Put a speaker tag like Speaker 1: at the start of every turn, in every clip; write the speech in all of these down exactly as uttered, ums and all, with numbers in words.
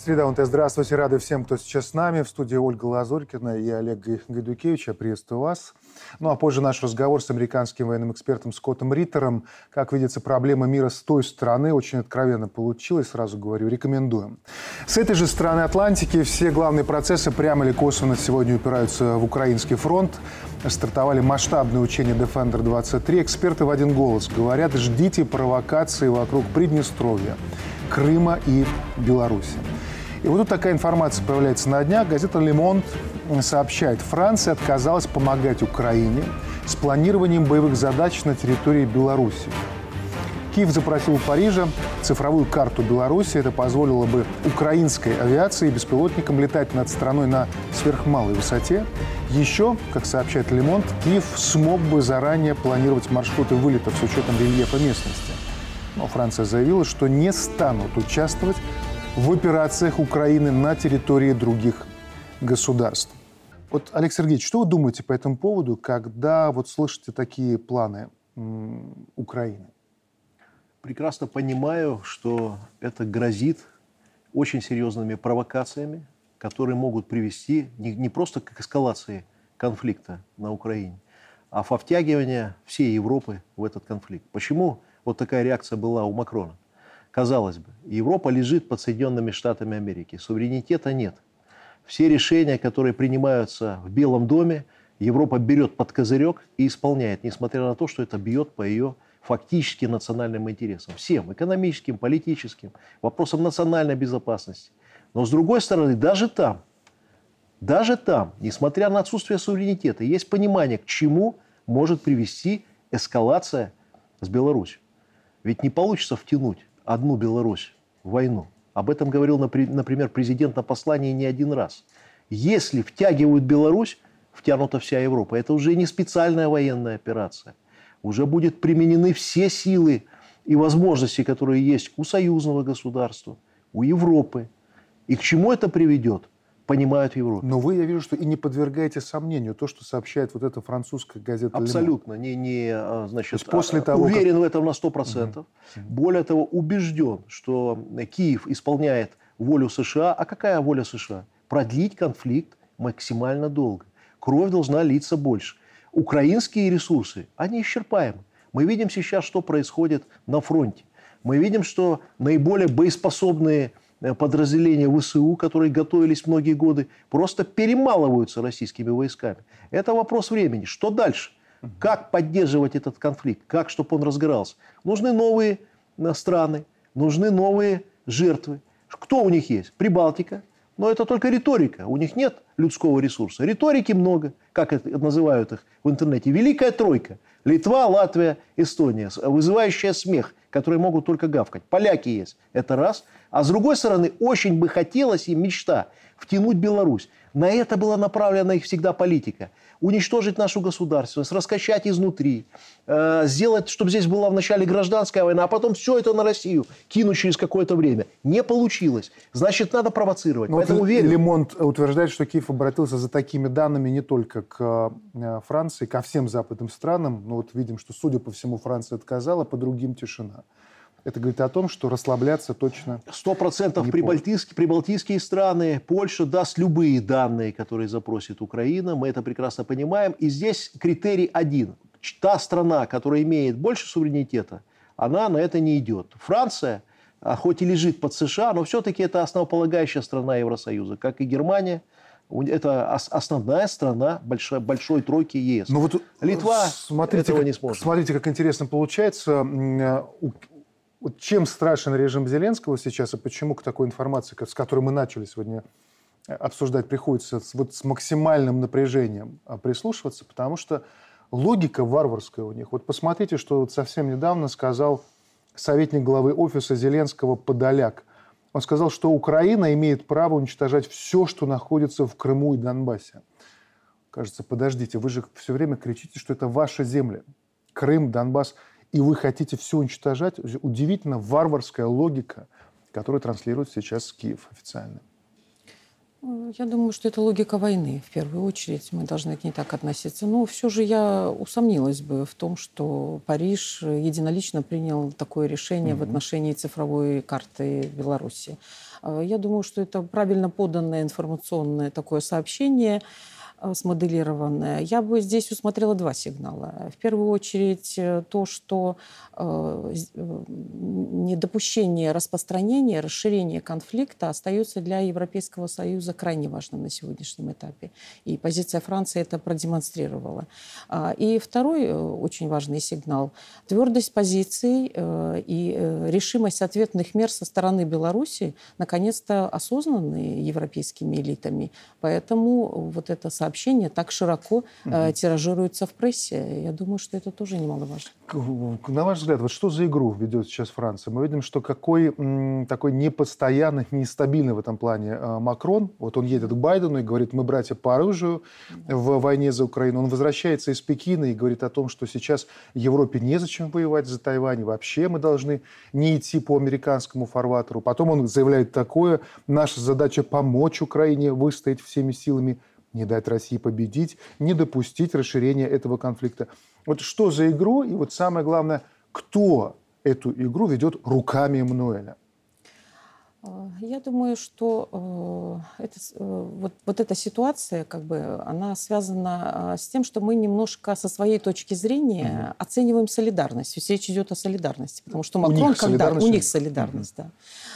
Speaker 1: Среда УНТ. Здравствуйте. Рады всем, кто сейчас с нами. В студии Ольга Лазорькина и Олег Гайдукевич. Я приветствую вас. Ну а позже наш разговор с американским военным экспертом Скоттом Риттером. Как видится, проблема мира с той стороны очень откровенно получилась. Сразу говорю, рекомендуем. С этой же стороны Атлантики все главные процессы прямо или косвенно сегодня упираются в украинский фронт. Стартовали масштабные учения Defender двадцать три. Эксперты в один голос говорят: ждите провокации вокруг Приднестровья, Крыма и Беларуси. И вот тут такая информация появляется на днях. Газета «Le Monde» сообщает: Франция отказалась помогать Украине с планированием боевых задач на территории Беларуси. Киев запросил у Парижа цифровую карту Беларуси. Это позволило бы украинской авиации и беспилотникам летать над страной на сверхмалой высоте. Еще, как сообщает «Le Monde», Киев смог бы заранее планировать маршруты вылетов с учетом рельефа местности. Но Франция заявила, что не станут участвовать в операциях Украины на территории других государств. Вот, Олег Сергеевич, что вы думаете по этому поводу, когда вот слышите такие планы м, Украины?
Speaker 2: Прекрасно понимаю, что это грозит очень серьезными провокациями, которые могут привести не, не просто к эскалации конфликта на Украине, а во втягивание всей Европы в этот конфликт. Почему вот такая реакция была у Макрона? Казалось бы, Европа лежит под Соединенными Штатами Америки. Суверенитета нет. Все решения, которые принимаются в Белом доме, Европа берет под козырек и исполняет, несмотря на то, что это бьет по ее фактически национальным интересам. Всем, экономическим, политическим, вопросам национальной безопасности. Но с другой стороны, даже там, даже там, несмотря на отсутствие суверенитета, есть понимание, к чему может привести эскалация с Беларусью. Ведь не получится втянуть одну Беларусь в войну. Об этом говорил, например, президент на послании не один раз. Если втягивают Беларусь, втянута вся Европа. Это уже не специальная военная операция. Уже будут применены все силы и возможности, которые есть у союзного государства, у Европы. И к чему это приведет, понимают в Европе.
Speaker 1: Но вы, я вижу, что и не подвергаете сомнению то, что сообщает вот эта французская газета.
Speaker 2: Абсолютно. Не, не, значит,
Speaker 1: после того,
Speaker 2: уверен
Speaker 1: как...
Speaker 2: в этом на сто процентов. Угу. Более того, убежден, что Киев исполняет волю США. А какая воля США? Продлить конфликт максимально долго. Кровь должна литься больше. Украинские ресурсы, они исчерпаемы. Мы видим сейчас, что происходит на фронте. Мы видим, что наиболее боеспособные подразделения ВСУ, которые готовились многие годы, просто перемалываются российскими войсками. Это вопрос времени. Что дальше? Как поддерживать этот конфликт? Как, чтобы он разгорался? Нужны новые страны, нужны новые жертвы. Кто у них есть? Прибалтика. Но это только риторика. У них нет людского ресурса. Риторики много. Как это называют их в интернете? Великая тройка. Литва, Латвия, Эстония. Вызывающая смех, которые могут только гавкать. Поляки есть. Это раз. А с другой стороны, очень бы хотелось им мечта втянуть Беларусь. На это была направлена их всегда политика. Уничтожить нашу государственность, раскачать изнутри. Э, сделать, чтобы здесь была вначале гражданская война, а потом все это на Россию кинуть через какое-то время. Не получилось. Значит, надо провоцировать.
Speaker 1: Но
Speaker 2: Поэтому
Speaker 1: вот
Speaker 2: верю.
Speaker 1: Le Monde утверждает, что Киев обратился за такими данными не только к Франции, ко всем западным странам. Но вот видим, что, судя по всему, Франция отказала, по другим тишина. Это говорит о том, что расслабляться точно
Speaker 2: Сто процентов прибалтийские, прибалтийские страны, Польша даст любые данные, которые запросит Украина. Мы это прекрасно понимаем. И здесь критерий один. Та страна, которая имеет больше суверенитета, она на это не идет. Франция, хоть и лежит под США, но все-таки это основополагающая страна Евросоюза, как и Германия. Это основная страна большой, большой тройки ЕС.
Speaker 1: Но вот
Speaker 2: Литва
Speaker 1: смотрите,
Speaker 2: этого
Speaker 1: как,
Speaker 2: не сможет.
Speaker 1: Смотрите, как интересно получается. Вот чем страшен режим Зеленского сейчас и почему к такой информации, с которой мы начали сегодня обсуждать, приходится вот с максимальным напряжением прислушиваться, потому что логика варварская у них. Вот посмотрите, что вот совсем недавно сказал советник главы офиса Зеленского Подоляк. Он сказал, что Украина имеет право уничтожать все, что находится в Крыму и Донбассе. Кажется, подождите, вы же все время кричите, что это ваши земли. Крым, Донбасс. И вы хотите все уничтожать? Удивительно варварская логика, которую транслирует сейчас Киев официально.
Speaker 3: Я думаю, что это логика войны. В первую очередь мы должны к ней так относиться. Но все же я усомнилась бы в том, что Париж единолично принял такое решение mm-hmm. в отношении цифровой карты Беларуси. Я думаю, что это правильно поданное информационное такое сообщение, смоделированное. Я бы здесь усмотрела два сигнала. В первую очередь то, что э, недопущение распространения, расширения конфликта остается для Европейского Союза крайне важным на сегодняшнем этапе. И позиция Франции это продемонстрировала. И второй очень важный сигнал – твердость позиций э, и решимость ответных мер со стороны Беларуси, наконец-то осознанные европейскими элитами. Поэтому вот это сообщение Сообщение так широко э, тиражируется в прессе. Я думаю, что это тоже немаловажно.
Speaker 1: На ваш взгляд, вот что за игру ведет сейчас Франция? Мы видим, что какой м, такой непостоянный, нестабильный в этом плане э, Макрон. Вот он едет к Байдену и говорит, мы братья по оружию в войне за Украину. Он возвращается из Пекина и говорит о том, что сейчас Европе незачем воевать за Тайвань. Вообще мы должны не идти по американскому фарватеру. Потом он заявляет такое, наша задача помочь Украине выстоять всеми силами, не дать России победить, не допустить расширения этого конфликта. Вот что за игру, и вот самое главное, кто эту игру ведет руками Эммануэля?
Speaker 3: Я думаю, что э, это, э, вот, вот эта ситуация, как бы, она связана э, с тем, что мы немножко со своей точки зрения mm-hmm. оцениваем солидарность. Ведь речь идет о солидарности, потому что Макрон, у них когда у них солидарность, mm-hmm. да,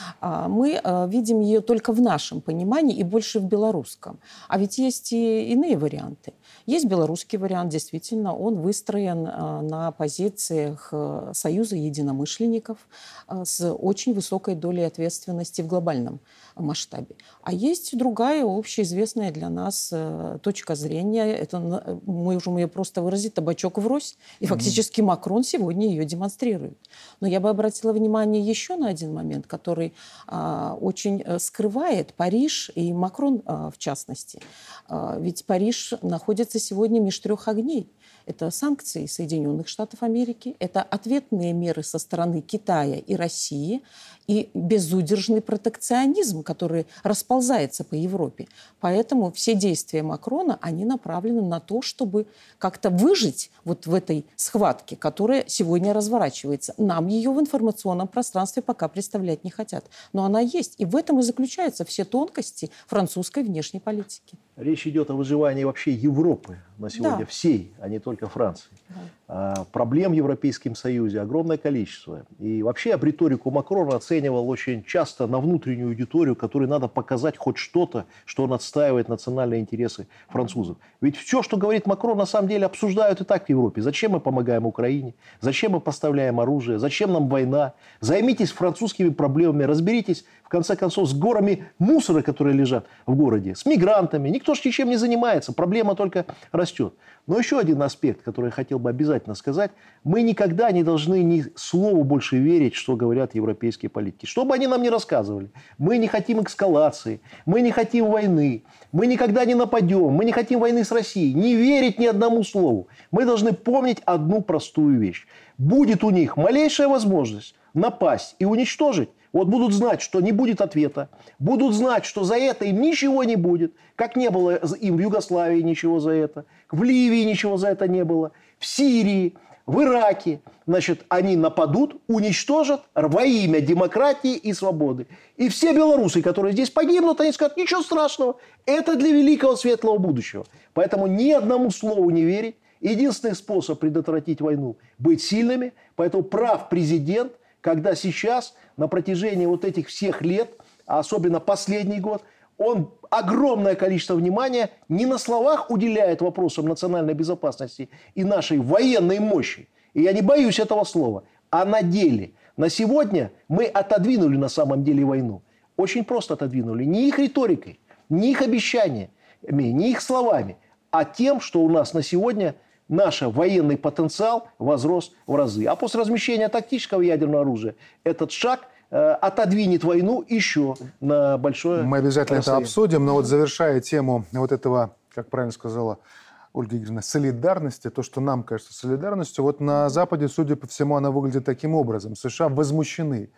Speaker 3: а мы э, видим ее только в нашем понимании и больше в белорусском. А ведь есть и иные варианты. Есть белорусский вариант, действительно, он выстроен э, на позициях э, Союза единомышленников э, с очень высокой долей ответственности в глобальном масштабе. А есть другая, общеизвестная для нас э, точка зрения. Это, мы можем ее просто выразить, табачок врозь. И mm-hmm. фактически Макрон сегодня ее демонстрирует. Но я бы обратила внимание еще на один момент, который э, очень скрывает Париж и Макрон э, в частности. Э, ведь Париж находится сегодня меж трех огней. Это санкции Соединенных Штатов Америки, это ответные меры со стороны Китая и России и безудержный протекционизм, который расползается по Европе. Поэтому все действия Макрона, они направлены на то, чтобы как-то выжить вот в этой схватке, которая сегодня разворачивается. Нам ее в информационном пространстве пока представлять не хотят. Но она есть. И в этом и заключаются все тонкости французской внешней политики.
Speaker 2: Речь идет о выживании вообще Европы на сегодня, да. всей, а не только Франции.
Speaker 3: Да.
Speaker 2: А, проблем в Европейском Союзе огромное количество. И вообще я риторику Макрона оценивал очень часто на внутреннюю аудиторию, которой надо показать хоть что-то, что он отстаивает национальные интересы французов. Ведь все, что говорит Макрон, на самом деле обсуждают и так в Европе. Зачем мы помогаем Украине? Зачем мы поставляем оружие? Зачем нам война? Займитесь французскими проблемами, разберитесь, в конце концов, с горами мусора, которые лежат в городе, с мигрантами. Никто же ничем не занимается, проблема только растет. Но еще один аспект, который я хотел бы обязательно сказать. Мы никогда не должны ни слову больше верить, что говорят европейские политики. Что бы они нам ни рассказывали. Мы не хотим эскалации, мы не хотим войны, мы никогда не нападем, мы не хотим войны с Россией. Не верить ни одному слову. Мы должны помнить одну простую вещь. Будет у них малейшая возможность напасть и уничтожить, вот будут знать, что не будет ответа, будут знать, что за это им ничего не будет, как не было им в Югославии ничего за это, в Ливии ничего за это не было, в Сирии, в Ираке. Значит, они нападут, уничтожат во имя демократии и свободы. И все белорусы, которые здесь погибнут, они скажут, ничего страшного, это для великого светлого будущего. Поэтому ни одному слову не верить. Единственный способ предотвратить войну – быть сильными. Поэтому прав президент, когда сейчас на протяжении вот этих всех лет, а особенно последний год, он огромное количество внимания не на словах уделяет вопросам национальной безопасности и нашей военной мощи. И я не боюсь этого слова, а на деле. На сегодня мы отодвинули на самом деле войну. Очень просто отодвинули. Не их риторикой, не их обещаниями, не их словами, а тем, что у нас на сегодня наш военный потенциал возрос в разы. А после размещения тактического ядерного оружия этот шаг э, отодвинет войну еще на большое
Speaker 1: Мы обязательно
Speaker 2: расстояние.
Speaker 1: Это обсудим, но вот завершая тему вот этого, как правильно сказала Ольга Игоревна, солидарности, то, что нам кажется солидарностью, вот на Западе, судя по всему, она выглядит таким образом. США возмущены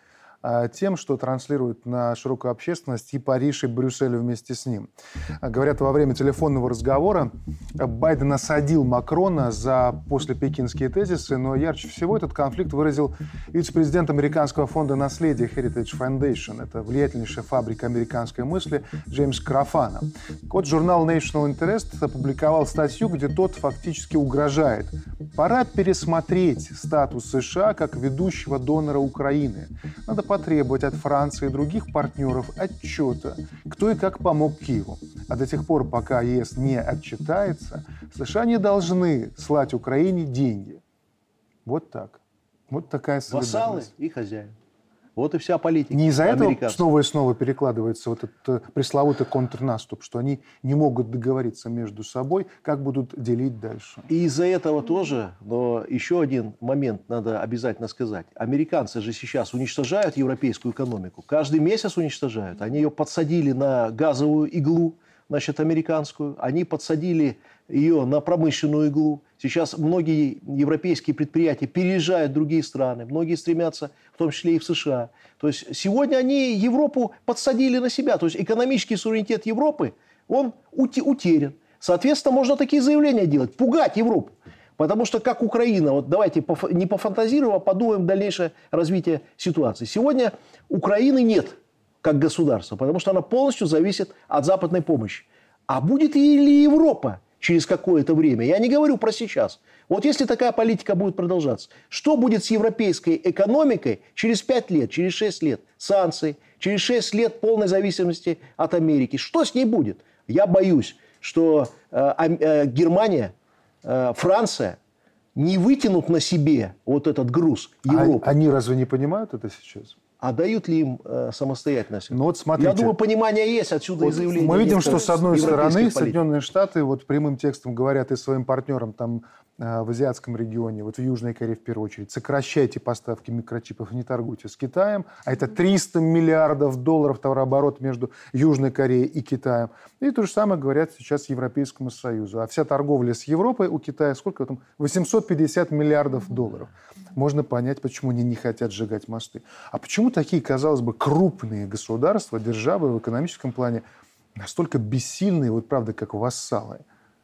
Speaker 1: тем, что транслирует на широкую общественность и Париж, и Брюссель вместе с ним. Говорят, во время телефонного разговора Байден осадил Макрона за послепекинские тезисы, но ярче всего этот конфликт выразил вице-президент американского фонда наследия Heritage Foundation. Это влиятельнейшая фабрика американской мысли Джеймс Крафана. Вот журнал National Interest опубликовал статью, где тот фактически угрожает. Пора пересмотреть статус США как ведущего донора Украины. Надо потребовать от Франции и других партнеров отчета, кто и как помог Киеву. А до тех пор, пока ЕС не отчитается, США не должны слать Украине деньги. Вот так. Вот такая солидарность.
Speaker 2: Вассалы и хозяин. Вот и вся политика.
Speaker 1: Не из-за этого снова и снова перекладывается вот этот пресловутый контрнаступ, что они не могут договориться между собой, как будут делить дальше.
Speaker 2: И из-за этого тоже, но еще один момент надо обязательно сказать. Американцы же сейчас уничтожают европейскую экономику. Каждый месяц уничтожают. Они ее подсадили на газовую иглу, значит, американскую. Они подсадили ее на промышленную иглу. Сейчас многие европейские предприятия переезжают в другие страны. Многие стремятся, в том числе и в США. То есть сегодня они Европу подсадили на себя. То есть экономический суверенитет Европы, он утерян. Соответственно, можно такие заявления делать, пугать Европу. Потому что как Украина, вот давайте не пофантазируем, а подумаем дальнейшее развитие ситуации. Сегодня Украины нет как государства, потому что она полностью зависит от западной помощи. А будет ли Европа через какое-то время? Я не говорю про сейчас. Вот если такая политика будет продолжаться, что будет с европейской экономикой через пять лет, через шесть лет? Санкции, через шесть лет полной зависимости от Америки. Что с ней будет? Я боюсь, что э, э, Германия, э, Франция не вытянут на себе вот этот груз Европы.
Speaker 1: А они разве не понимают это сейчас?
Speaker 2: А дают ли им э, самостоятельность?
Speaker 1: Ну, вот смотрите,
Speaker 2: я думаю, понимание есть, отсюда
Speaker 1: вот
Speaker 2: и заявление.
Speaker 1: Мы видим, что с одной стороны
Speaker 2: политик.
Speaker 1: Соединенные Штаты вот прямым текстом говорят и своим партнерам там э, в азиатском регионе, вот в Южной Корее в первую очередь, сокращайте поставки микрочипов, не торгуйте с Китаем, а это триста миллиардов долларов товарооборот между Южной Кореей и Китаем. И то же самое говорят сейчас Европейскому Союзу. А вся торговля с Европой у Китая сколько там? восемьсот пятьдесят миллиардов долларов. Можно понять, почему они не хотят сжигать мосты. А почему такие, казалось бы, крупные государства, державы в экономическом плане настолько бессильные, вот правда, как вассалы?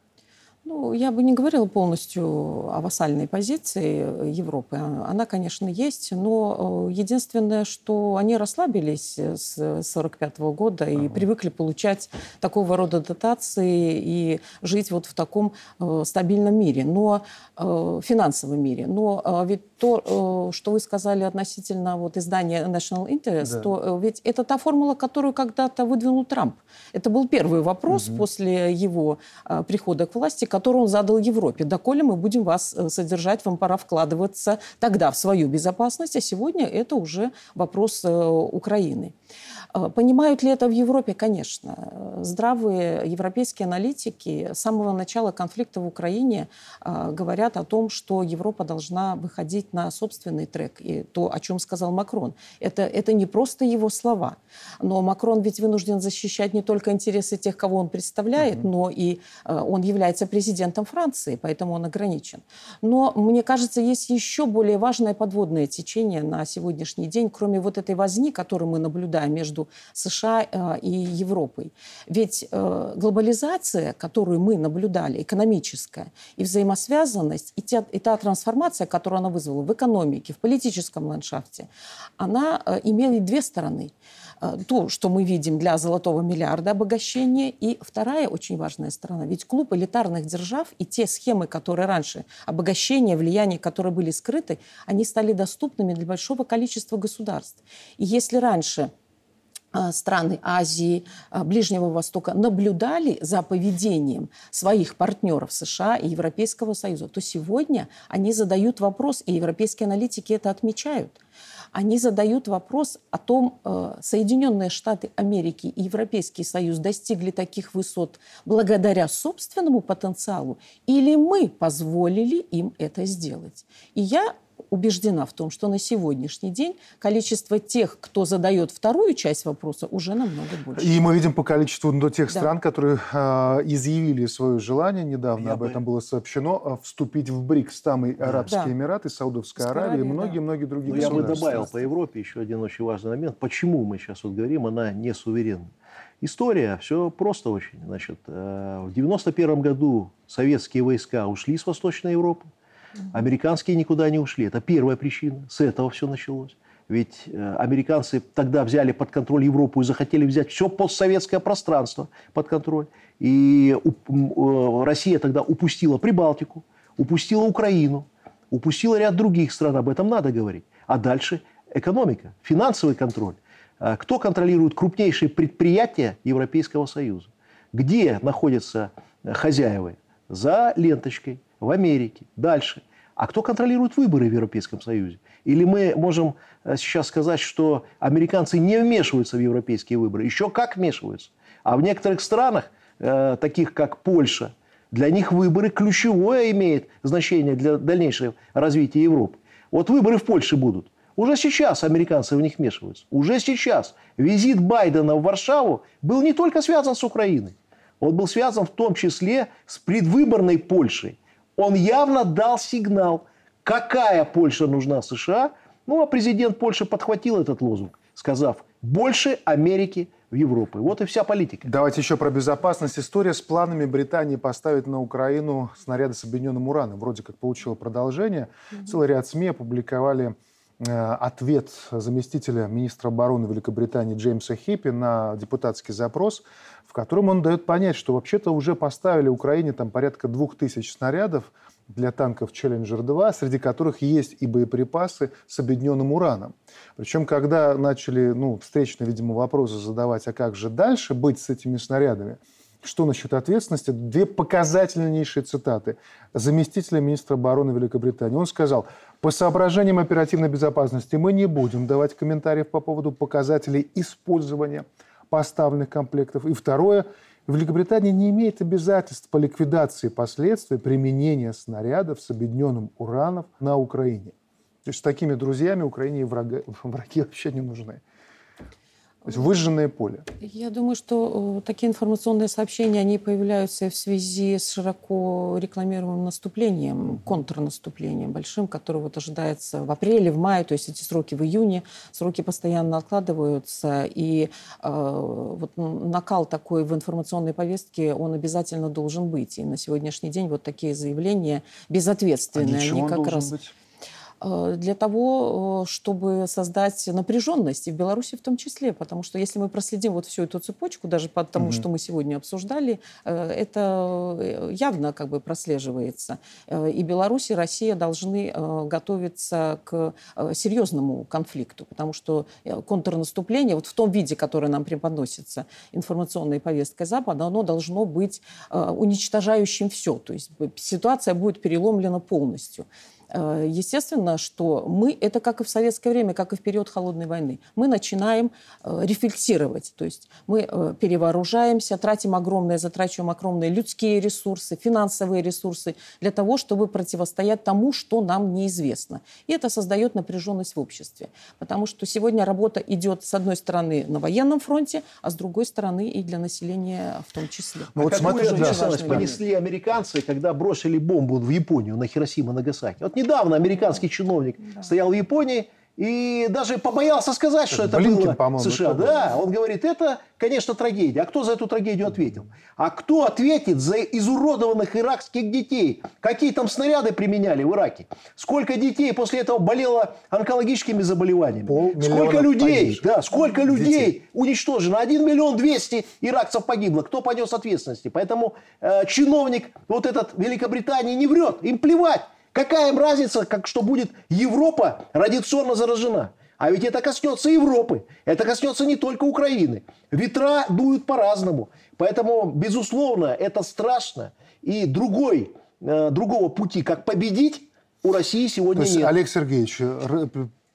Speaker 3: Ну, я бы не говорила полностью о вассальной позиции Европы. Она, конечно, есть, но единственное, что они расслабились с сорок пятого года и ага. привыкли получать такого рода дотации и жить вот в таком стабильном мире, но финансовом мире. Но ведь то, что вы сказали относительно вот издания National Interest, да. то ведь это та формула, которую когда-то выдвинул Трамп. Это был первый вопрос угу. после его прихода к власти, который он задал Европе. Доколе мы будем вас содержать, вам пора вкладываться тогда в свою безопасность, а сегодня это уже вопрос Украины. Понимают ли это в Европе? Конечно. Здравые европейские аналитики с самого начала конфликта в Украине говорят о том, что Европа должна выходить на собственный трек. И то, о чем сказал Макрон, это, это не просто его слова. Но Макрон ведь вынужден защищать не только интересы тех, кого он представляет, mm-hmm. но и он является президентом Франции, поэтому он ограничен. Но, мне кажется, есть еще более важное подводное течение на сегодняшний день, кроме вот этой возни, которую мы наблюдаем между США и Европой. Ведь глобализация, которую мы наблюдали, экономическая, и взаимосвязанность, и та, и та трансформация, которую она вызвала в экономике, в политическом ландшафте, она имела две стороны. То, что мы видим для золотого миллиарда обогащения, и вторая очень важная сторона. Ведь клуб элитарных держав и те схемы, которые раньше, обогащения, влияния, которые были скрыты, они стали доступными для большого количества государств. И если раньше страны Азии, Ближнего Востока наблюдали за поведением своих партнеров США и Европейского Союза, то сегодня они задают вопрос, и европейские аналитики это отмечают. Они задают вопрос о том, Соединенные Штаты Америки и Европейский Союз достигли таких высот благодаря собственному потенциалу, или мы позволили им это сделать. И я убеждена в том, что на сегодняшний день количество тех, кто задает вторую часть вопроса, уже намного больше.
Speaker 1: И мы видим по количеству ну, тех
Speaker 3: Да.
Speaker 1: стран, которые э, изъявили свое желание, недавно
Speaker 2: Я
Speaker 1: об
Speaker 2: бы...
Speaker 1: этом было сообщено, э, вступить в БРИКС. Там и Арабские
Speaker 3: Да.
Speaker 1: Эмираты, Саудовская
Speaker 3: Аравия,
Speaker 1: Аравия и
Speaker 3: да.
Speaker 1: многие-многие другие
Speaker 2: Но я бы
Speaker 1: государства.
Speaker 2: добавил по Европе еще один очень важный момент. Почему мы сейчас вот говорим, она не суверенна? История, все просто очень. Значит, э, в девяносто первом году советские войска ушли с Восточной Европы. Американские никуда не ушли. Это первая причина. С этого все началось. Ведь э, американцы тогда взяли под контроль Европу и захотели взять все постсоветское пространство под контроль. И у, э, Россия тогда упустила Прибалтику, упустила Украину, упустила ряд других стран. Об этом надо говорить. А дальше экономика, финансовый контроль. Э, кто контролирует крупнейшие предприятия Европейского Союза? Где находятся хозяева? За ленточкой. В Америке. Дальше. А кто контролирует выборы в Европейском Союзе? Или мы можем сейчас сказать, что американцы не вмешиваются в европейские выборы? Еще как вмешиваются. А в некоторых странах, э, таких как Польша, для них выборы ключевое имеют значение для дальнейшего развития Европы. Вот выборы в Польше будут. Уже сейчас американцы в них вмешиваются. Уже сейчас. Визит Байдена в Варшаву был не только связан с Украиной. Он был связан в том числе с предвыборной Польшей. Он явно дал сигнал, какая Польша нужна США. Ну, а президент Польши подхватил этот лозунг, сказав: больше Америки в Европе. Вот и вся политика.
Speaker 1: Давайте еще про безопасность. История с планами Британии поставить на Украину снаряды с объединенным ураном вроде как получила продолжение. Mm-hmm. Целый ряд СМИ опубликовали э, ответ заместителя министра обороны Великобритании Джеймса Хиппи на депутатский запрос, в котором он дает понять, что вообще-то уже поставили Украине там порядка двух тысяч снарядов для танков «Челленджер два», среди которых есть и боеприпасы с объединенным ураном. Причем, когда начали ну, встречные, видимо, вопросы задавать, а как же дальше быть с этими снарядами, что насчет ответственности, две показательнейшие цитаты заместителя министра обороны Великобритании. Он сказал: по соображениям оперативной безопасности мы не будем давать комментариев по поводу показателей использования поставленных комплектов. И второе, Великобритания не имеет обязательств по ликвидации последствий применения снарядов с объединенным ураном на Украине. То есть с такими друзьями Украине врага, враги вообще не нужны. То есть выжженное поле.
Speaker 3: Я думаю, что э, такие информационные сообщения, они появляются в связи с широко рекламируемым наступлением, контрнаступлением большим, которое вот ожидается в апреле, в мае, то есть эти сроки в июне, сроки постоянно откладываются, и э, вот накал такой в информационной повестке, он обязательно должен быть. И на сегодняшний день вот такие заявления безответственные.
Speaker 1: А для чего
Speaker 3: они
Speaker 1: он
Speaker 3: как
Speaker 1: должен
Speaker 3: раз...
Speaker 1: быть?
Speaker 3: Для того, чтобы создать напряженность, и в Беларуси в том числе. Потому что если мы проследим вот всю эту цепочку, даже по тому, угу. что мы сегодня обсуждали, это явно как бы прослеживается. И Беларусь, и Россия должны готовиться к серьезному конфликту. Потому что контрнаступление, вот в том виде, которое нам преподносится информационной повесткой Запада, оно должно быть уничтожающим все. То есть ситуация будет переломлена полностью. Естественно, что мы, это как и в советское время, как и в период Холодной войны, мы начинаем рефлексировать, то есть мы перевооружаемся, тратим огромные, затрачиваем огромные людские ресурсы, финансовые ресурсы для того, чтобы противостоять тому, что нам неизвестно. И это создает напряженность в обществе, потому что сегодня работа идет, с одной стороны, на военном фронте, а с другой стороны и для населения в том числе.
Speaker 2: Ну, вот какую ответственность понесли американцы, когда бросили бомбу в Японию на Хиросиму и Нагасаки? Вот недавно американский чиновник да. стоял в Японии и даже побоялся сказать, что это
Speaker 1: Блинкен,
Speaker 2: было США. Да, он говорит, это, конечно, трагедия. А кто за эту трагедию ответил? А кто ответит за изуродованных иракских детей? Какие там снаряды применяли в Ираке? Сколько детей после этого болело онкологическими заболеваниями? Сколько людей, да, сколько людей детей. уничтожено? один миллион двести иракцев погибло. Кто понес ответственности? Поэтому э, чиновник вот этот Великобритании не врет. Им плевать. Какая им разница, как, что будет Европа радиационно заражена? А ведь это коснется Европы. Это коснется не только Украины. Ветра дуют по-разному. Поэтому, безусловно, это страшно. И другой, э, другого пути, как победить, у России сегодня
Speaker 1: То есть,
Speaker 2: нет.
Speaker 1: Олег Сергеевич,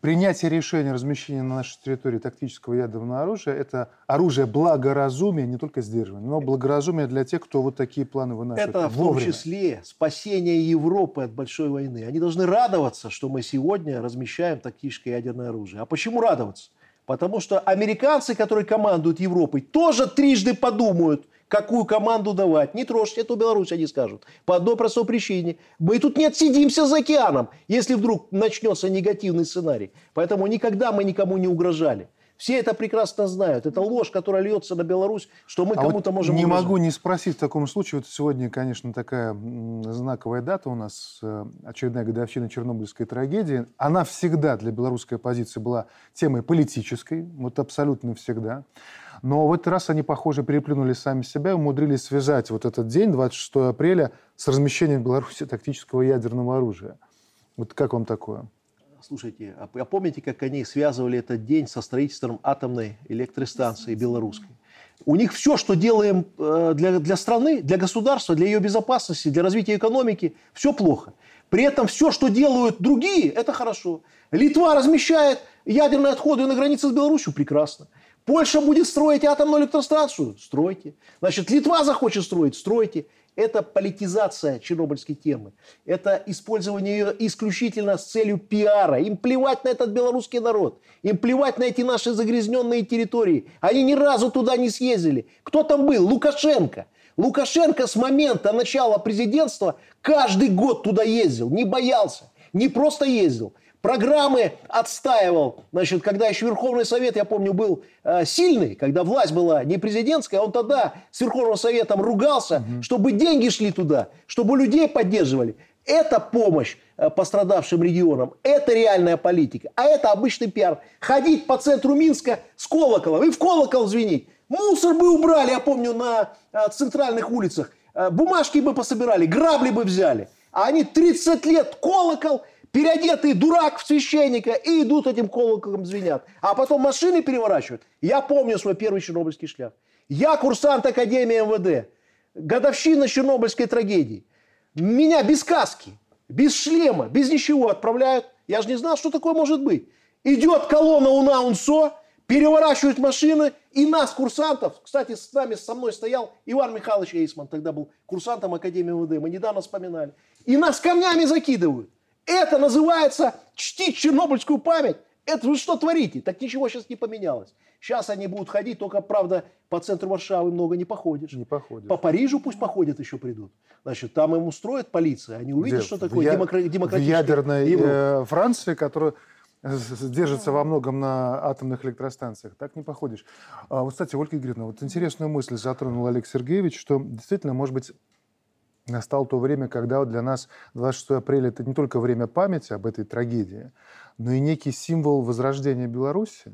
Speaker 1: принятие решения о размещении на нашей территории тактического ядерного оружия – это оружие благоразумия, не только сдерживания, но благоразумие для тех, кто вот такие планы вынашивает.
Speaker 2: Это в том
Speaker 1: вовремя.
Speaker 2: числе спасение Европы от большой войны. Они должны радоваться, что мы сегодня размещаем тактическое ядерное оружие. А почему радоваться? Потому что американцы, которые командуют Европой, тоже трижды подумают, какую команду давать. Не трожьте эту Беларусь, они скажут. По одной простой причине. Мы тут не отсидимся за океаном, если вдруг начнется негативный сценарий. Поэтому никогда мы никому не угрожали. Все это прекрасно знают. Это ложь, которая льется на Беларусь, что мы
Speaker 1: а
Speaker 2: кому-то
Speaker 1: вот
Speaker 2: можем
Speaker 1: не
Speaker 2: угрожать.
Speaker 1: могу не спросить в таком случае. Вот сегодня, конечно, такая знаковая дата у нас, очередная годовщина Чернобыльской трагедии. Она всегда для белорусской оппозиции была темой политической, вот абсолютно всегда. Но в этот раз они, похоже, переплюнули сами себя и умудрились связать вот этот день, двадцать шестого апреля, с размещением в Беларуси тактического ядерного оружия. Вот как вам такое?
Speaker 2: Слушайте, а помните, как они связывали этот день со строительством атомной электростанции белорусской? У них все, что делаем для, для страны, для государства, для ее безопасности, для развития экономики, все плохо. При этом все, что делают другие, это хорошо. Литва размещает ядерные отходы на границе с Беларусью, прекрасно. Польша будет строить атомную электростанцию, стройте. Значит, Литва захочет строить, стройте. Это политизация чернобыльской темы. Это использование ее исключительно с целью пиара. Им плевать на этот белорусский народ. Им плевать на эти наши загрязненные территории. Они ни разу туда не съездили. Кто там был? Лукашенко. Лукашенко с момента начала президентства каждый год туда ездил. Не боялся. Не просто ездил. Программы отстаивал, значит, когда еще Верховный Совет, я помню, был э, сильный, когда власть была не президентская, он тогда с Верховным Советом ругался, угу. чтобы деньги шли туда, чтобы людей поддерживали. Это помощь э, пострадавшим регионам, это реальная политика, а это обычный пиар. Ходить по центру Минска с колоколом и в колокол звенить. Мусор бы убрали, я помню, на э, центральных улицах, э, бумажки бы пособирали, грабли бы взяли. А они тридцать лет колокол... Переодетый дурак в священника и идут этим колоколом звенят. А потом машины переворачивают. Я помню свой первый чернобыльский шлях. Я курсант Академии эм вэ дэ. Годовщина чернобыльской трагедии. Меня без каски, без шлема, без ничего отправляют. Я же не знал, что такое может быть. Идет колонна УНА-УНСО, переворачивают машины. И нас, курсантов, кстати, с нами, со мной стоял Иван Михайлович Эйсман. Тогда был курсантом Академии эм вэ дэ. Мы недавно вспоминали. И нас камнями закидывают. Это называется чтить чернобыльскую память. Это вы что творите? Так ничего сейчас не поменялось. Сейчас они будут ходить, только, правда, по центру Варшавы много не походишь.
Speaker 1: Не походишь.
Speaker 2: По Парижу пусть походят, еще придут. Значит, там им устроит полиция. Они увидят,
Speaker 1: Где?
Speaker 2: что такое
Speaker 1: в
Speaker 2: демокра-
Speaker 1: я...
Speaker 2: демократическая
Speaker 1: В ядерной
Speaker 2: Европа.
Speaker 1: э, Франции, которая держится во многом на атомных электростанциях. Так не походишь. А, вот, кстати, Ольга Игоревна, вот интересную мысль затронул Олег Сергеевич, что действительно, может быть, настало то время, когда вот для нас двадцать шестого апреля это не только время памяти об этой трагедии, но и некий символ возрождения Беларуси,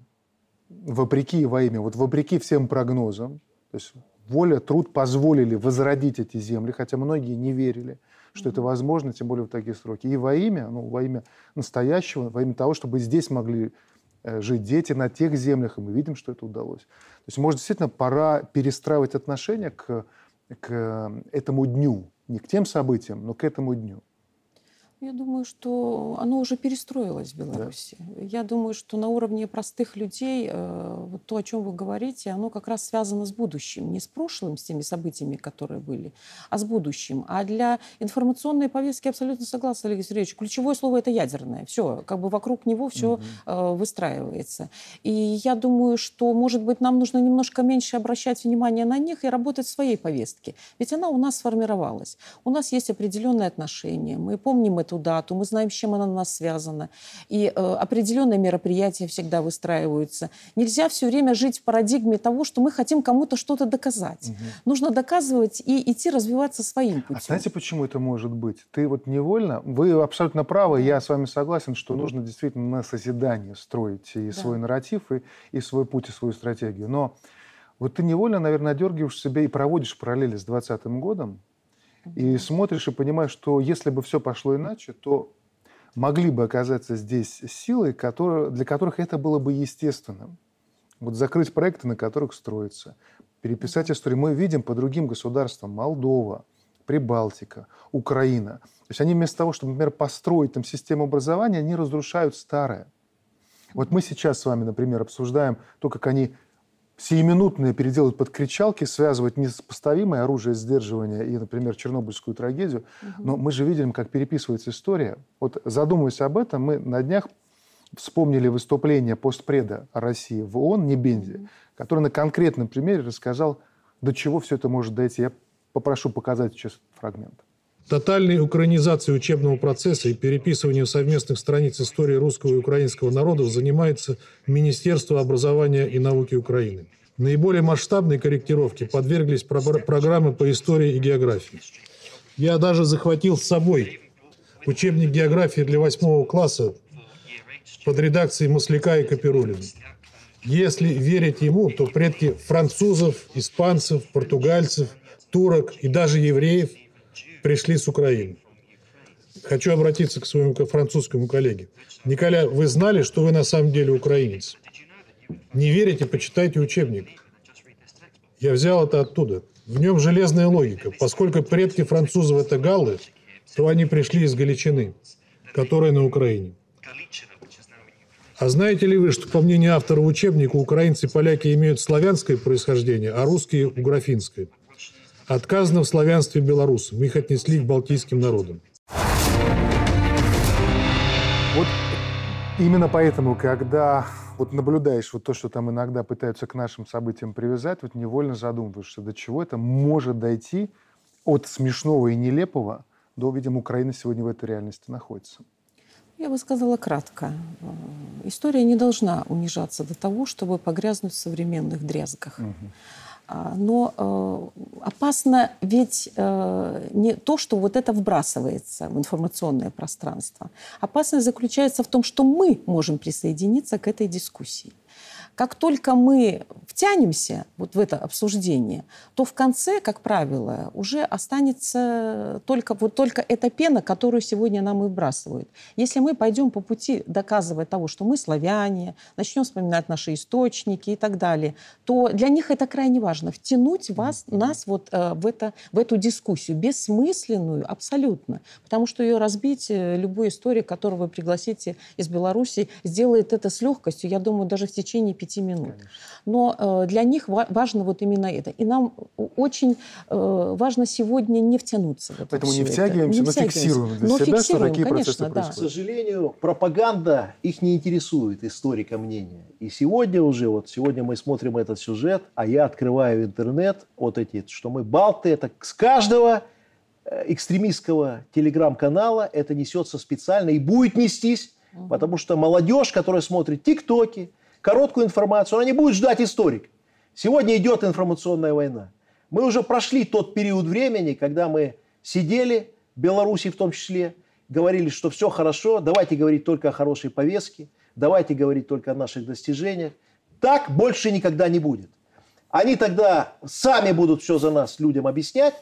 Speaker 1: вопреки и во имя, вот вопреки всем прогнозам. То есть воля, труд позволили возродить эти земли, хотя многие не верили, что это возможно, тем более в такие сроки. И во имя, ну, во имя настоящего, во имя того, чтобы здесь могли жить дети на тех землях, и мы видим, что это удалось. То есть, может, действительно пора перестраивать отношения к, к этому дню. Не к тем событиям, но к этому дню.
Speaker 3: Я думаю, что оно уже перестроилось в Беларуси. Да. Я думаю, что на уровне простых людей э, вот то, о чем вы говорите, оно как раз связано с будущим. Не с прошлым, с теми событиями, которые были, а с будущим. А для информационной повестки абсолютно согласна, Олег Сергеевич. Ключевое слово – это ядерное. Все, как бы вокруг него все угу. э, выстраивается. И я думаю, что, может быть, нам нужно немножко меньше обращать внимание на них и работать в своей повестке. Ведь она у нас сформировалась. У нас есть определенные отношения. Мы помним эту дату, мы знаем, с чем она у нас связана. И э, определенные мероприятия всегда выстраиваются. Нельзя все время жить в парадигме того, что мы хотим кому-то что-то доказать. Угу. Нужно доказывать и идти развиваться своим путем.
Speaker 1: А знаете, почему это может быть? Ты вот невольно, вы абсолютно правы, я с вами согласен, что нужно действительно на созидание строить и да. свой нарратив, и, и свой путь, и свою стратегию. Но вот ты невольно, наверное, дергаешь себя и проводишь параллели с двадцатым годом, и смотришь и понимаешь, что если бы все пошло иначе, то могли бы оказаться здесь силы, которые, для которых это было бы естественным. Вот закрыть проекты, на которых строится, переписать историю. Мы видим по другим государствам: Молдова, Прибалтика, Украина. То есть они вместо того, чтобы, например, построить там систему образования, они разрушают старое. Вот мы сейчас с вами, например, обсуждаем то, как они сиюминутные переделывают под кричалки, связывают несопоставимое оружие сдерживания и, например, Чернобыльскую трагедию. Угу. Но мы же видим, как переписывается история. Вот задумываясь об этом, мы на днях вспомнили выступление постпреда России в ООН Небензи, угу. который на конкретном примере рассказал, до чего все это может дойти. Я попрошу показать сейчас фрагмент.
Speaker 4: Тотальной украинизацией учебного процесса и переписыванием совместных страниц истории русского и украинского народов занимается Министерство образования и науки Украины. Наиболее масштабной корректировке подверглись про- программы по истории и географии. Я даже захватил с собой учебник географии для восьмого класса под редакцией Масляка и Капирулина. Если верить ему, то предки французов, испанцев, португальцев, турок и даже евреев пришли с Украины. Хочу обратиться к своему французскому коллеге. Николя, вы знали, что вы на самом деле украинец? Не верите, почитайте учебник. Я взял это оттуда. В нем железная логика. Поскольку предки французов – это галлы, то они пришли из Галичины, которая на Украине. А знаете ли вы, что, по мнению автора учебника, украинцы и поляки имеют славянское происхождение, а русские – угрофинское? Отказано в славянстве белорусам. Их отнесли к балтийским народам.
Speaker 1: Вот именно поэтому, когда вот наблюдаешь вот то, что там иногда пытаются к нашим событиям привязать, вот невольно задумываешься, до чего это может дойти от смешного и нелепого до, видимо, Украина сегодня в этой реальности находится.
Speaker 3: Я бы сказала кратко. История не должна унижаться до того, чтобы погрязнуть в современных дрязгах. Угу. Но э, опасно ведь э, не то, что вот это вбрасывается в информационное пространство. Опасность заключается в том, что мы можем присоединиться к этой дискуссии. Как только мы втянемся вот в это обсуждение, то в конце, как правило, уже останется только, вот только эта пена, которую сегодня нам и выбрасывают. Если мы пойдем по пути, доказывая того, что мы славяне, начнем вспоминать наши источники и так далее, то для них это крайне важно. Втянуть вас, нас вот, э, в, это, в эту дискуссию, бессмысленную абсолютно. Потому что ее разбить любой историк, которого вы пригласите из Беларуси, сделает это с легкостью, я думаю, даже в течение пяти минут. Конечно. Но э, для них ва- важно вот именно это. И нам очень э, важно сегодня не втянуться. Вот
Speaker 1: Поэтому не втягиваемся,
Speaker 3: не
Speaker 1: но
Speaker 3: втягиваемся.
Speaker 1: фиксируем для
Speaker 3: но
Speaker 1: себя,
Speaker 3: фиксируем,
Speaker 1: что такие
Speaker 3: конечно,
Speaker 1: процессы
Speaker 3: да.
Speaker 1: происходят.
Speaker 2: К сожалению, пропаганда их не интересует, историка мнения. И сегодня уже, вот сегодня мы смотрим этот сюжет, а я открываю интернет, вот эти, что мы балты, это с каждого экстремистского телеграм-канала это несется специально и будет нестись, угу. потому что молодежь, которая смотрит тиктоки, короткую информацию, она не будет ждать историк. Сегодня идет информационная война. Мы уже прошли тот период времени, когда мы сидели, в Беларуси в том числе, говорили, что все хорошо, давайте говорить только о хорошей повестке, давайте говорить только о наших достижениях. Так больше никогда не будет. Они тогда сами будут все за нас людям объяснять,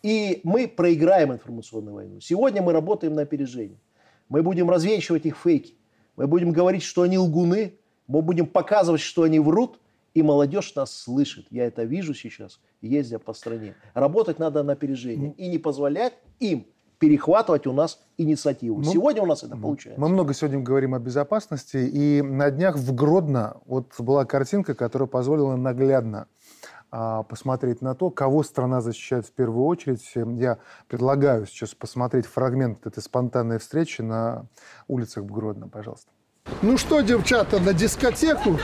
Speaker 2: и мы проиграем информационную войну. Сегодня мы работаем на опережение. Мы будем развенчивать их фейки. Мы будем говорить, что они лгуны, мы будем показывать, что они врут, и молодежь нас слышит. Я это вижу сейчас, ездя по стране. Работать надо на опережение и не позволять им перехватывать у нас инициативу. Мы, Сегодня у нас это получается.
Speaker 1: Мы много сегодня говорим о безопасности, и на днях в Гродно вот была картинка, которая позволила наглядно а, посмотреть на то, кого страна защищает в первую очередь. Я предлагаю сейчас посмотреть фрагмент этой спонтанной встречи на улицах в Гродно, пожалуйста.
Speaker 5: Ну что, девчата, на дискотеку?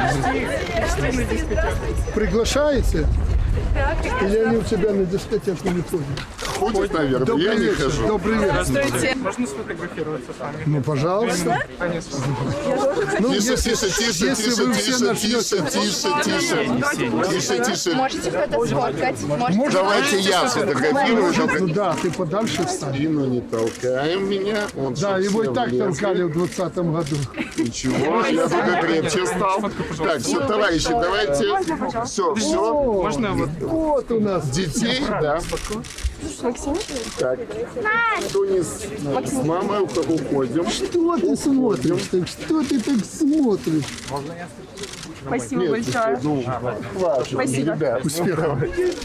Speaker 5: Приглашаете? Или они у тебя на дискотеку не ходят?
Speaker 6: Ходят, наверное,
Speaker 5: Добрый
Speaker 6: я
Speaker 5: вечер,
Speaker 6: не хожу.
Speaker 5: Добрый вечер.
Speaker 7: Здравствуйте. Можно сфотографироваться с вами?
Speaker 5: Ну, пожалуйста.
Speaker 7: Конечно.
Speaker 5: Ну,
Speaker 6: Тише,
Speaker 5: если,
Speaker 6: тише, тише,
Speaker 5: если
Speaker 6: тише,
Speaker 5: вы все
Speaker 6: тише,
Speaker 5: начнете...
Speaker 6: тише, тише, тише, тише.
Speaker 8: Можете кто-то сфоткать? Можете.
Speaker 6: Давайте я сфотографирую.
Speaker 5: Ну да, ты подальше встань.
Speaker 6: Спину не толкаем меня. Он
Speaker 5: Да, его и так толкали в двадцатом году.
Speaker 6: Ничего, я только крепче стал. Так, все, товарищи, давайте. Все, все.
Speaker 7: Можно вот...
Speaker 5: Вот у нас.
Speaker 6: Детей, да.
Speaker 8: Максим?
Speaker 6: Так, кто не с, с мамой, уходим.
Speaker 5: Что ты смотришь? Так что ты так смотришь?
Speaker 8: Спасибо
Speaker 6: Нет,
Speaker 8: большое.
Speaker 6: ну, важно,
Speaker 8: Спасибо.
Speaker 6: ребят.
Speaker 5: Успехов.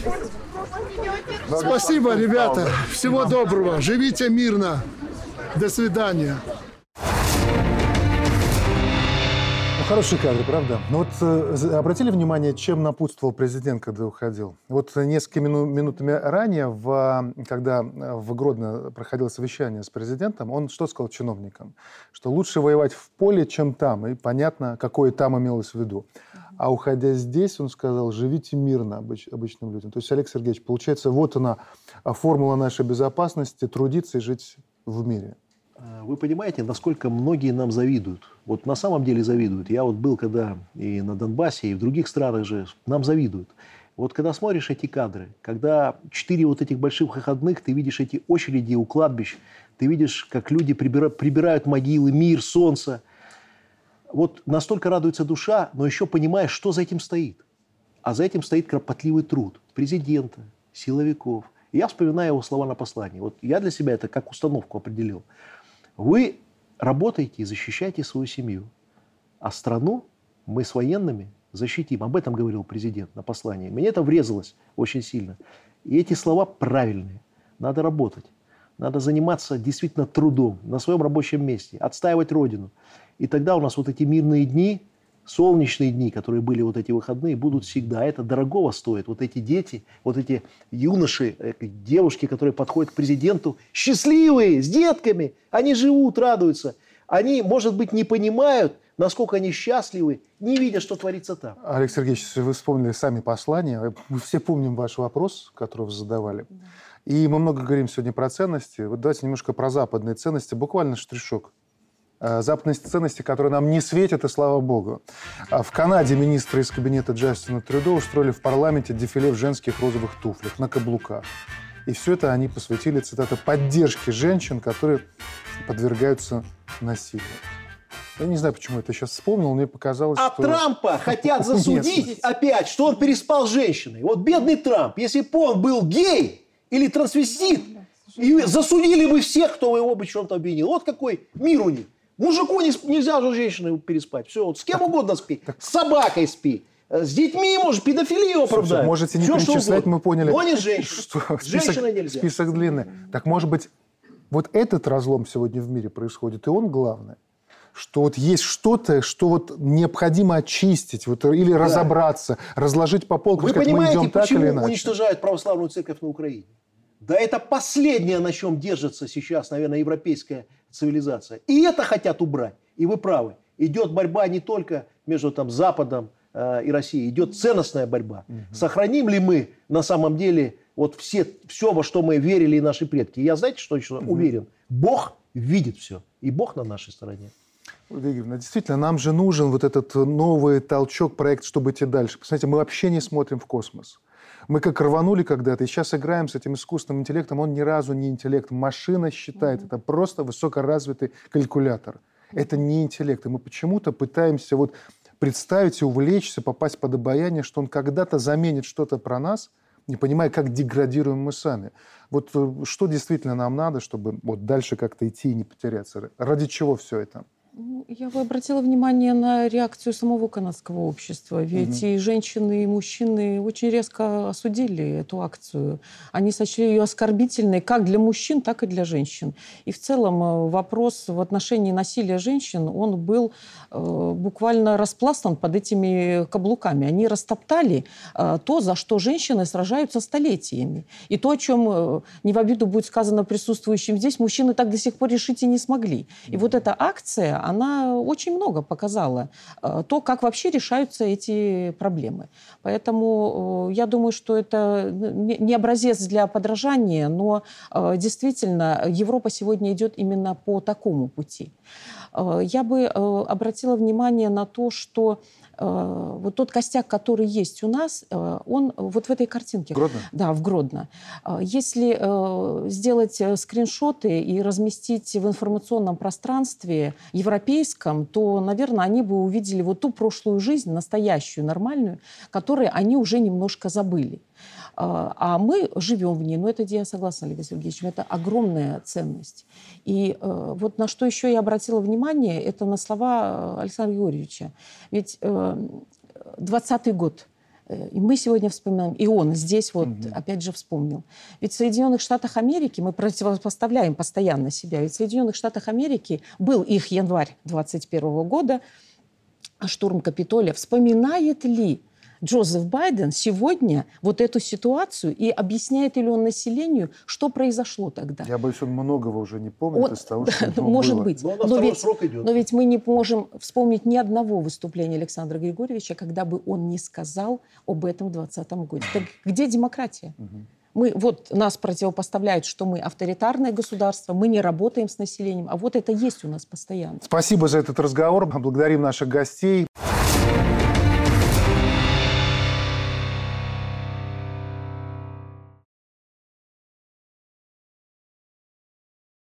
Speaker 5: Спасибо, ребята. Всего доброго. Живите мирно. До свидания.
Speaker 1: Хорошие кадры, правда? Но вот э, обратили внимание, чем напутствовал президент, когда уходил? Вот несколькими мину- минутами ранее, в, когда в Гродно проходило совещание с президентом, он что сказал чиновникам? Что лучше воевать в поле, чем там. И понятно, какое там имелось в виду. А уходя здесь, он сказал, живите мирно обыч, обычным людям. То есть, Олег Сергеевич, получается, вот она, формула нашей безопасности, трудиться и жить в мире.
Speaker 2: Вы понимаете, насколько многие нам завидуют. Вот на самом деле завидуют. Я вот был когда и на Донбассе, и в других странах же нам завидуют. Вот когда смотришь эти кадры, когда четыре вот этих больших выходных, ты видишь эти очереди у кладбищ, ты видишь, как люди прибирают, прибирают могилы, мир, солнце. Вот настолько радуется душа, но еще понимаешь, что за этим стоит. А за этим стоит кропотливый труд президента, силовиков. И я вспоминаю его слова на послании. Вот я для себя это как установку определил. Вы работаете и защищаете свою семью, а страну мы с военными защитим. Об этом говорил президент на послании. Мне это врезалось очень сильно. И эти слова правильные. Надо работать. Надо заниматься действительно трудом на своем рабочем месте, отстаивать Родину. И тогда у нас вот эти мирные дни, солнечные дни, которые были вот эти выходные, будут всегда. Это дорогого стоит. Вот эти дети, вот эти юноши, девушки, которые подходят к президенту, счастливые, с детками, они живут, радуются. Они, может быть, не понимают, насколько они счастливы, не видя, что творится там.
Speaker 1: Олег Сергеевич, вы вспомнили сами послания. Мы все помним ваш вопрос, который вы задавали. Да. И мы много говорим сегодня про ценности. Вот давайте немножко про западные ценности. Буквально штришок. Западные ценности, которые нам не светят, и слава богу. В Канаде министры из кабинета Джастина Трюдо устроили в парламенте дефиле в женских розовых туфлях на каблуках. И все это они посвятили, цитата, поддержке женщин, которые подвергаются насилию. Я не знаю, почему это сейчас вспомнил, мне показалось,
Speaker 2: а
Speaker 1: что...
Speaker 2: А Трампа хотят засудить опять, что он переспал с женщиной. Вот бедный Трамп, если бы он был гей или трансвестит, и засудили бы всех, кто его бы в чем-то обвинил. Вот какой мир у них. Мужику не, нельзя же женщиной переспать. Все, вот с кем так, угодно спи. Так... С собакой спи. С детьми, может, педофилию оправдать.
Speaker 1: Можете не все, перечислять, мы поняли.
Speaker 2: Но не женщина.
Speaker 1: Что, с женщиной нельзя. Список длинный. Так, может быть, вот этот разлом сегодня в мире происходит, и он главный. Что вот есть что-то, что вот необходимо очистить, вот, или да. разобраться, разложить по полкам.
Speaker 2: Вы
Speaker 1: сказать,
Speaker 2: понимаете,
Speaker 1: мы идем так
Speaker 2: почему
Speaker 1: или иначе?
Speaker 2: уничтожают православную церковь на Украине? Да это последнее, на чем держится сейчас, наверное, европейская цивилизация. И это хотят убрать. И вы правы. Идет борьба не только между там, Западом э, и Россией. Идет ценностная борьба. Угу. Сохраним ли мы на самом деле вот все, все, во что мы верили и наши предки? Я, знаете, что еще угу. уверен? Бог видит все. И Бог на нашей стороне.
Speaker 1: Игоревна, действительно, нам же нужен вот этот новый толчок, проект, чтобы идти дальше. Посмотрите, мы вообще не смотрим в космос. Мы как рванули когда-то, и сейчас играем с этим искусственным интеллектом. Он ни разу не интеллект. Машина считает, mm-hmm. это просто высокоразвитый калькулятор. Это не интеллект. И мы почему-то пытаемся вот представить и увлечься, попасть под обаяние, что он когда-то заменит что-то про нас, не понимая, как деградируем мы сами. Вот что действительно нам надо, чтобы вот дальше как-то идти и не потеряться? Ради чего все это?
Speaker 3: Я бы обратила внимание на реакцию самого канадского общества. Ведь mm-hmm. и женщины, и мужчины очень резко осудили эту акцию. Они сочли ее оскорбительной как для мужчин, так и для женщин. И в целом вопрос в отношении насилия женщин, он был э, буквально распластан под этими каблуками. Они растоптали э, то, за что женщины сражаются столетиями. И то, о чем э, не в обиду будет сказано присутствующим здесь, мужчины так до сих пор решить и не смогли. И mm-hmm. вот эта акция, она очень много показала э, то, как вообще решаются эти проблемы. Поэтому э, я думаю, что это не, не образец для подражания, но э, действительно Европа сегодня идет именно по такому пути. Э, я бы э, обратила внимание на то, что вот тот костяк, который есть у нас, он вот в этой картинке.
Speaker 1: Гродно?
Speaker 3: Да, в Гродно. Если сделать скриншоты и разместить в информационном пространстве европейском, то, наверное, они бы увидели вот ту прошлую жизнь, настоящую, нормальную, которую они уже немножко забыли. А мы живем в ней. Но это, я согласна, Олег Сергеевич, это огромная ценность. И вот на что еще я обратила внимание, это на слова Александра Георгиевича. Ведь двадцатый год, и мы сегодня вспоминаем, и он здесь вот mm-hmm. опять же вспомнил. Ведь в Соединенных Штатах Америки, мы противопоставляем постоянно себя, ведь в Соединенных Штатах Америки был их январь двадцать первого года, штурм Капитолия, вспоминает ли Джозеф Байден сегодня вот эту ситуацию и объясняет ли он населению, что произошло тогда?
Speaker 1: Я боюсь, он многого уже не помнит
Speaker 3: Он,
Speaker 1: из того, что
Speaker 3: да,
Speaker 1: было.
Speaker 3: может быть.
Speaker 2: Но,
Speaker 3: Но ведь,
Speaker 2: срок идет.
Speaker 3: но ведь мы не можем вспомнить ни одного выступления Александра Григорьевича, когда бы он не сказал об этом в двадцатом году. Так где демократия? Мы, вот нас противопоставляют, что мы авторитарное государство, мы не работаем с населением, а вот это есть у нас постоянно.
Speaker 1: Спасибо за этот разговор. Благодарим наших гостей.